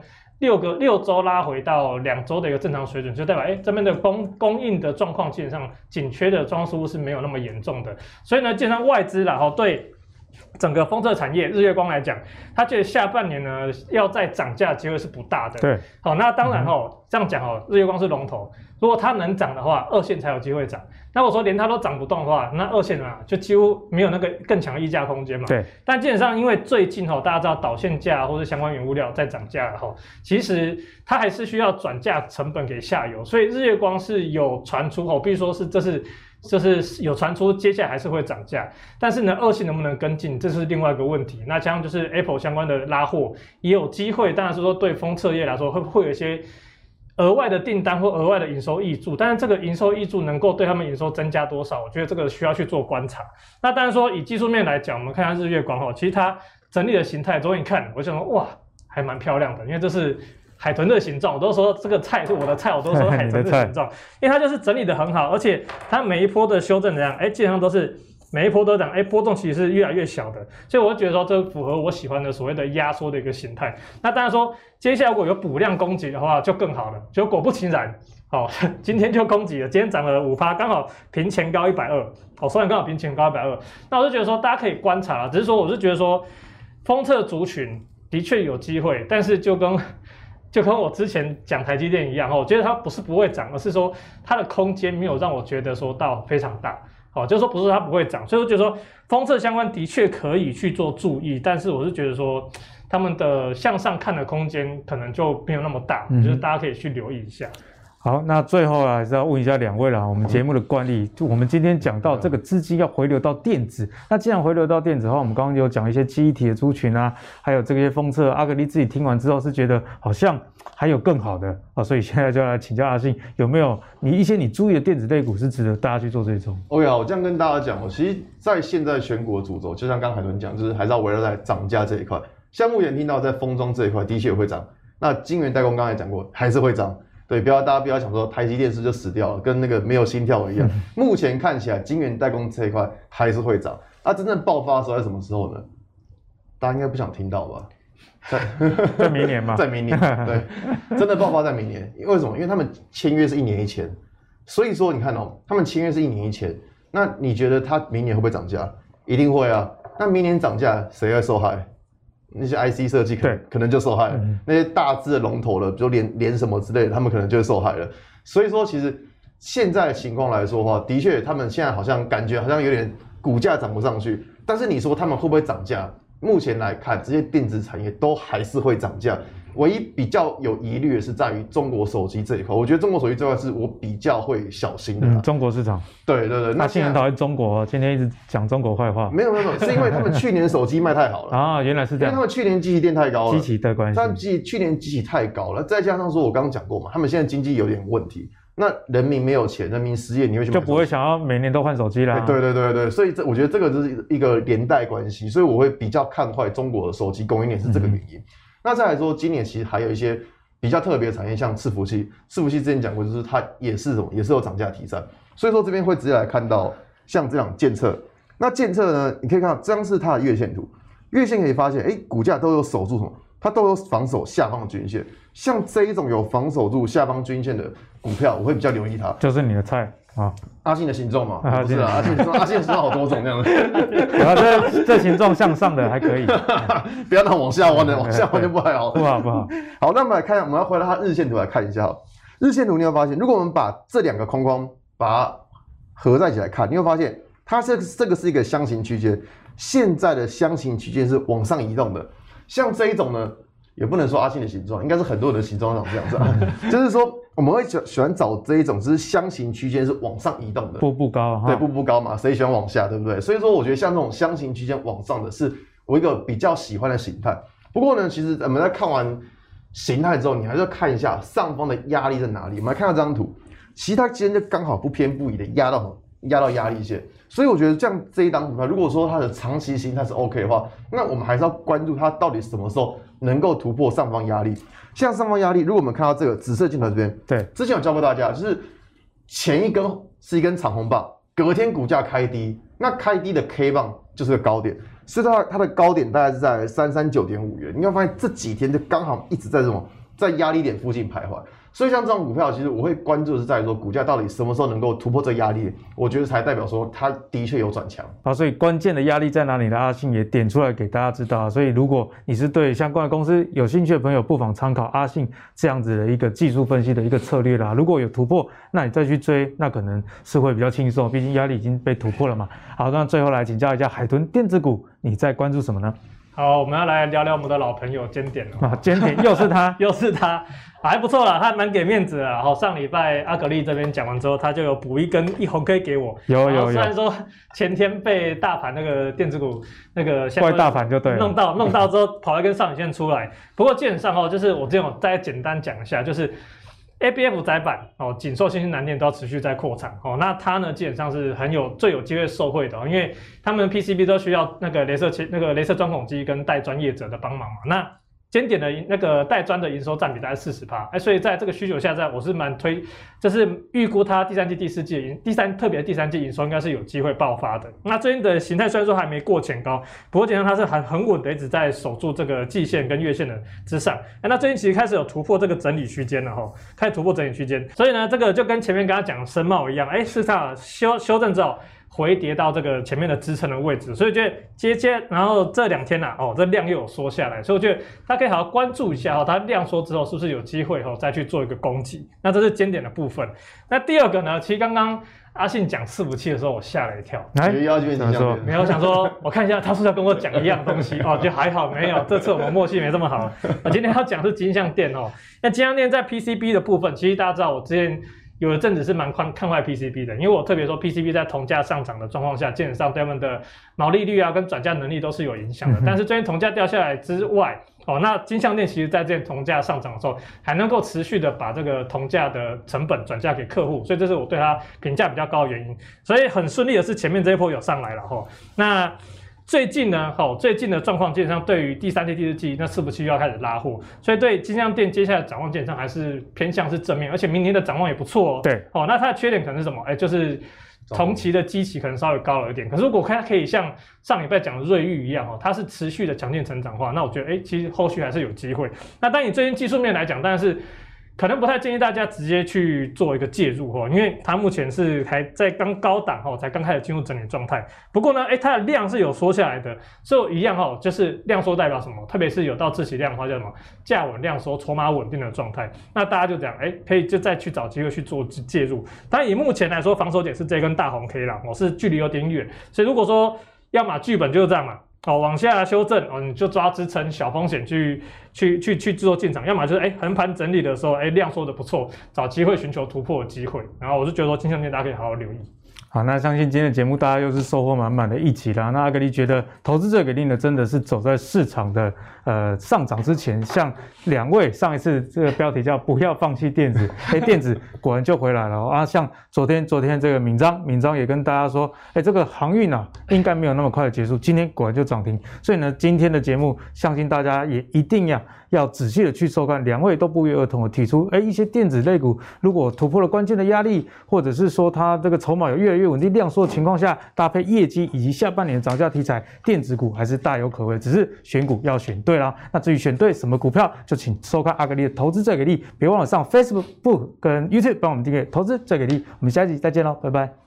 6周拉回到2周的一个正常水准，就代表这边的供应的状况基本上紧缺的状况是没有那么严重的。所以呢，基本上外资啦对整个封测产业日月光来讲，他觉得下半年呢要再涨价机会是不大的。 对， 那当然这样讲日月光是龙头，如果它能涨的话，二线才有机会涨。那我说连它都涨不动的话，那二线啊就几乎没有那个更强的溢价空间嘛。 对。 但基本上因为最近大家知道导线价或者相关原物料在涨价其实它还是需要转嫁成本给下游，所以日月光是有传出比如说就是有传出接下来还是会涨价，但是呢，二线能不能跟进，这是另外一个问题。那加上就是 Apple 相关的拉货也有机会，当然是说对封测业来说会有一些额外的订单或额外的营收挹注，但是这个营收挹注能够对他们营收增加多少，我觉得这个需要去做观察。那当然说以技术面来讲，我们看一下日月光其实它整理的形态，昨天一看，我就想说哇，还蛮漂亮的，因为这是海豚的形状，我都说这个菜是我的菜，我都说海豚的形状，因为它就是整理的很好，而且它每一波的修正怎样，基本上都是每一波都这样，波动其实是越来越小的，所以我就觉得说这符合我喜欢的所谓的压缩的一个形态。那当然说接下来如果有补量攻击的话就更好了，就果不其然，今天就攻击了，今天涨了5%，刚好平前高120，虽然刚好平前高120，那我就觉得说大家可以观察啦，只是说我是觉得说封测族群的确有机会，但是就跟我之前讲台积电一样，我觉得它不是不会涨，而是说它的空间没有让我觉得说到非常大，就是说不是它不会涨，所以我觉得说封测相关的确可以去做注意，但是我是觉得说他们的向上看的空间可能就没有那么大，就是大家可以去留意一下。 好，那最后还是要问一下2位啦。我们节目的惯例，就我们今天讲到这个资金要回流到电子，那既然回流到电子的话，我们刚刚有讲一些记忆体的族群啊，还有这些封测，阿格力自己听完之后是觉得好像还有更好的所以现在就来请教阿信，有没有一些你注意的电子类股是值得大家去做追踪？ OK 啊，我这样跟大家讲，其实在现在选股的主轴，就像刚海豚讲，就是还是要围绕在涨价这一块。像目前听到在封装这一块的确也会涨，那晶圆代工刚才讲过还是会涨。对，大家不要想说台积电是就死掉了，跟那个没有心跳一样。目前看起来，晶圆代工这一块还是会涨。那真正爆发的时候在什么时候呢？大家应该不想听到吧？ 在明年嘛？ 在明年，对，真的爆发在明年。为什么？因为他们签约是1年1签，所以说你看他们签约是1年1签，那你觉得他明年会不会涨价？一定会啊。那明年涨价，谁会受害？那些 IC 设计可能就受害了，那些大只的龙头了，比如连什么之类的，他们可能就会受害了。所以说，其实现在的情况来说的话，的确他们现在好像感觉好像有点股价涨不上去，但是你说他们会不会涨价？目前来看，这些电子产业都还是会涨价。唯一比较有疑虑的是在于中国手机这一块，我觉得中国手机这块是我比较会小心的。 中国市场， 对， 那现在很讨厌中国，今天一直讲中国坏话。 没有，是因为他们去年手机卖太好了啊，原来是这样。 因为他们去年基期垫太高了， 基期的关系。 他们去年基期太高了，再加上说我刚刚讲过嘛，他们现在经济有点问题。那人民没有钱，人民失业，你会去买手机就不会想要每年都换手机啦。 对，所以我觉得这个就是一个连带关系，所以我会比较看坏中国的手机供应链是这个原因。那再来说，今年其实还有一些比较特别的产业，像伺服器之前讲过，就是它也是有涨价题材，所以说这边会直接来看到像这样建测。那建测呢，你可以看到这张是它的月线图，月线可以发现，股价都有守住什么？它都有防守下方的均线，像这一种有防守住下方均线的股票，我会比较留意它。 就是你的菜啊， 阿信的形状嘛？不是啊，阿信的形状好多种这样子。 然后这形状向上的还可以， 不要拿往下弯的，往下弯就不好。 不好。 好，那我们来看，我们要回到它日线图来看一下。日线图你会发现，如果我们把这2个框框把它合在一起来看，你会发现它这个是一个箱型区间，现在的箱型区间是往上移动的。像这一种呢，也不能说阿信的形状，应该是很多人的形状长这样子啊。就是说，我们会喜欢找这一种，就是箱型区间是往上移动的， 步步高， 对，步步高嘛，谁喜欢往下，对不对？所以说，我觉得像这种箱型区间往上的是我一个比较喜欢的形态。不过呢，其实我们在看完形态之后，你还是要看一下上方的压力在哪里。我们来看到这张图，其实它今天就刚好不偏不倚的压到压力线。所以我觉得这样这一档股票，如果说它的长期形态是 OK 的话，那我们还是要关注它到底什么时候能够突破上方压力。像上方压力，如果我们看到这个紫色箭头这边， 对， 之前有教过大家，就是前一根是一根长红棒，隔天股价开低，那开低的 K 棒就是个高点，所以它的高点大概是在339.5元。你会发现这几天就刚好一直在在压力点附近徘徊。所以像这种股票，其实我会关注的是在于说股价到底什么时候能够突破这个压力，我觉得才代表说它的确有转强。 好，所以关键的压力在哪里呢？阿信也点出来给大家知道。所以如果你是对相关的公司有兴趣的朋友，不妨参考阿信这样子的一个技术分析的一个策略啦。如果有突破，那你再去追，那可能是会比较轻松，毕竟压力已经被突破了嘛。好，那最后来请教一下海豚电子股，你在关注什么呢？ 好，我们要来聊聊我们的老朋友尖点了。 尖点又是他， 又是他，还不错啦，他还蛮给面子的。然后上礼拜阿格力这边讲完之后，他就有补一红 K 给我。有。虽然说前天被大盘那个电子股那个怪大盘就对了， 弄到之后跑了根上影线出来。不过基本上就是我这种再简单讲一下，就是 ABF 载板哦，锦硕、新兴、南电都要持续在扩产哦。那它呢，基本上是最有机会受惠的、哦，因为他们 PCB 都需要那个镭射钻孔机跟带专业者的帮忙嘛。那尖点的那个带专的营收占比大概40%，所以在这个需求下，我是蛮就是预估它第三季、第四季特别第三季营收应该是有机会爆发的。那最近的形态虽然说还没过前高，不过基本上它是很稳的，一直在守住这个季线跟月线的之上。那最近其实开始有突破这个整理区间了哈，开始突破整理区间，所以呢，这个就跟前面刚刚讲深茂一样，市场修正之后。回跌到这个前面的支撑的位置，所以觉得然后这2天这量又有缩下来，所以我觉得大家可以好好关注一下它量缩之后是不是有机会再去做一个攻击。那这是尖点的部分。那第二个呢，其实刚刚阿信讲伺服器的时候，我吓了一跳。没有想说，我看一下他是不是要跟我讲一样东西就还好没有，这次我们默契没这么好。我今天要讲是金像电那金像电在 PCB 的部分，其实大家知道我之前。有一阵子是蛮看坏 PCB 的，因为我特别说 PCB 在铜价上涨的状况下，基本上对他们的毛利率跟转嫁能力都是有影响的。但是最近铜价掉下来之外，那金像电其实在这铜价上涨的时候，还能够持续的把这个铜价的成本转嫁给客户，所以这是我对它评价比较高的原因。所以很顺利的是前面这一波有上来了那。最近呢，最近的状况基本上对于第三季、第四季，那伺服器又要开始拉货，所以对金像电接下来的展望基本上还是偏向是正面，而且明年的展望也不错对， 那它的缺点可能是什么？就是同期的基期可能稍微高了一点。可是如果它可以像上礼拜讲的瑞昱一样它是持续的强劲成长的话，那我觉得其实后续还是有机会。那当你最近技术面来讲，当然是。可能不太建议大家直接去做一个介入因为它目前是还在刚高档才刚开始进入整理状态。不过呢，它的量是有缩下来的，所以一样就是量缩代表什么？特别是有到自息量的话叫什么？价稳量缩，筹码稳定的状态。那大家就这样，可以就再去找机会去做介入。当然以目前来说，防守点是这根大红 K 啦，是距离有点远，所以如果说要么剧本就是这样嘛。往下修正你就抓支撑，小风险去做进场，要么就是横盘整理的时候量缩的不错，找机会寻求突破的机会。然后我就觉得说金像电大家可以好好留意。 好，那相信今天的节目大家又是收获满满的一集啦。那阿格力觉得投资者给力呢，真的是走在市场的上涨之前，像2位上一次这个标题叫不要放弃电子，电子果然就回来了像昨天这个闵章也跟大家说，这个航运应该没有那么快的结束，今天果然就涨停。所以呢，今天的节目相信大家也一定要仔细的去收看，2位都不约而同的提出，一些电子类股如果突破了关键的压力，或者是说它这个筹码有越来越稳定量缩的情况下，搭配业绩以及下半年的涨价题材，电子股还是大有可为，只是选股要选对啦。那至于选对什么股票，就请收看阿格力的投资最给力，别忘了上 Facebook 跟 YouTube 帮我们订阅投资最给力。我们下一集再见喽，拜拜。